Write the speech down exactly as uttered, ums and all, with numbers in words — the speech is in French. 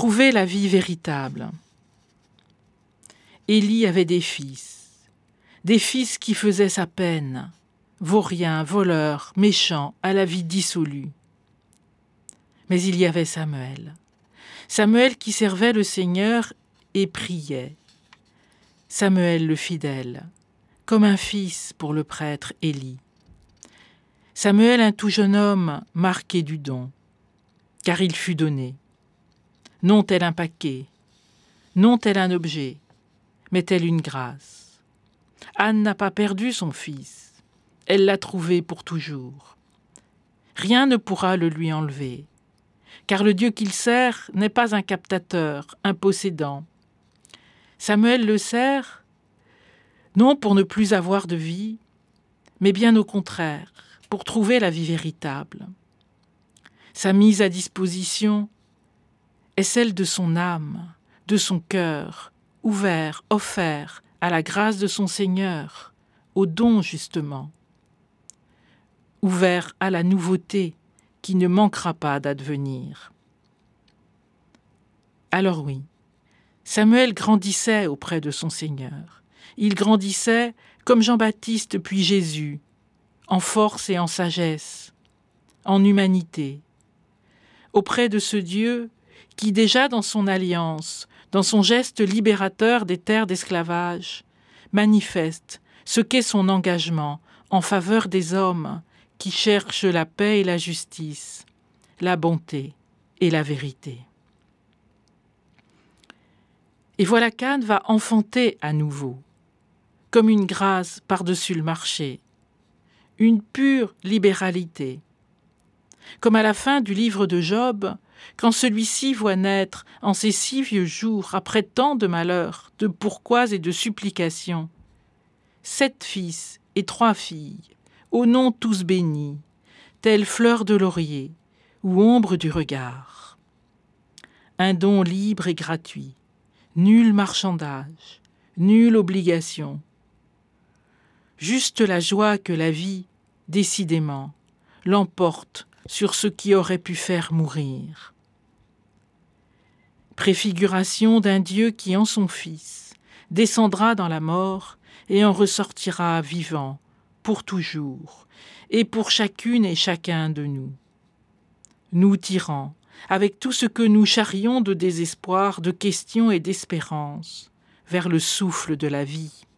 trouver la vie véritable. Élie avait des fils, des fils qui faisaient sa peine, vauriens, voleurs, méchants, à la vie dissolue. Mais il y avait Samuel, Samuel qui servait le Seigneur et priait. Samuel le fidèle, comme un fils pour le prêtre Élie. Samuel, un tout jeune homme marqué du don, car il fut donné. Non tel un paquet, non tel un objet, mais tel une grâce. Anne n'a pas perdu son fils, elle l'a trouvé pour toujours. Rien ne pourra le lui enlever, car le Dieu qu'il sert n'est pas un captateur, un possédant. Samuel le sert, non pour ne plus avoir de vie, mais bien au contraire, pour trouver la vie véritable. Sa mise à disposition est celle de son âme, de son cœur, ouvert, offert à la grâce de son Seigneur, au don justement, ouvert à la nouveauté qui ne manquera pas d'advenir. Alors oui, Samuel grandissait auprès de son Seigneur. Il grandissait comme Jean-Baptiste puis Jésus, en force et en sagesse, en humanité, auprès de ce Dieu qui déjà dans son alliance, dans son geste libérateur des terres d'esclavage, manifeste ce qu'est son engagement en faveur des hommes qui cherchent la paix et la justice, la bonté et la vérité. Et voilà qu'Anne va enfanter à nouveau, comme une grâce par-dessus le marché, une pure libéralité. Comme à la fin du livre de Job, quand celui-ci voit naître en ces six vieux jours, après tant de malheurs, de pourquois et de supplications, sept fils et trois filles, aux noms tous bénis, telles fleurs de laurier ou ombre du regard. Un don libre et gratuit, nul marchandage, nulle obligation. Juste la joie que la vie, décidément, l'emporte sur ce qui aurait pu faire mourir. Préfiguration d'un Dieu qui, en son Fils, descendra dans la mort et en ressortira vivant, pour toujours, et pour chacune et chacun de nous. Nous tirant, avec tout ce que nous charrions de désespoir, de questions et d'espérance, vers le souffle de la vie.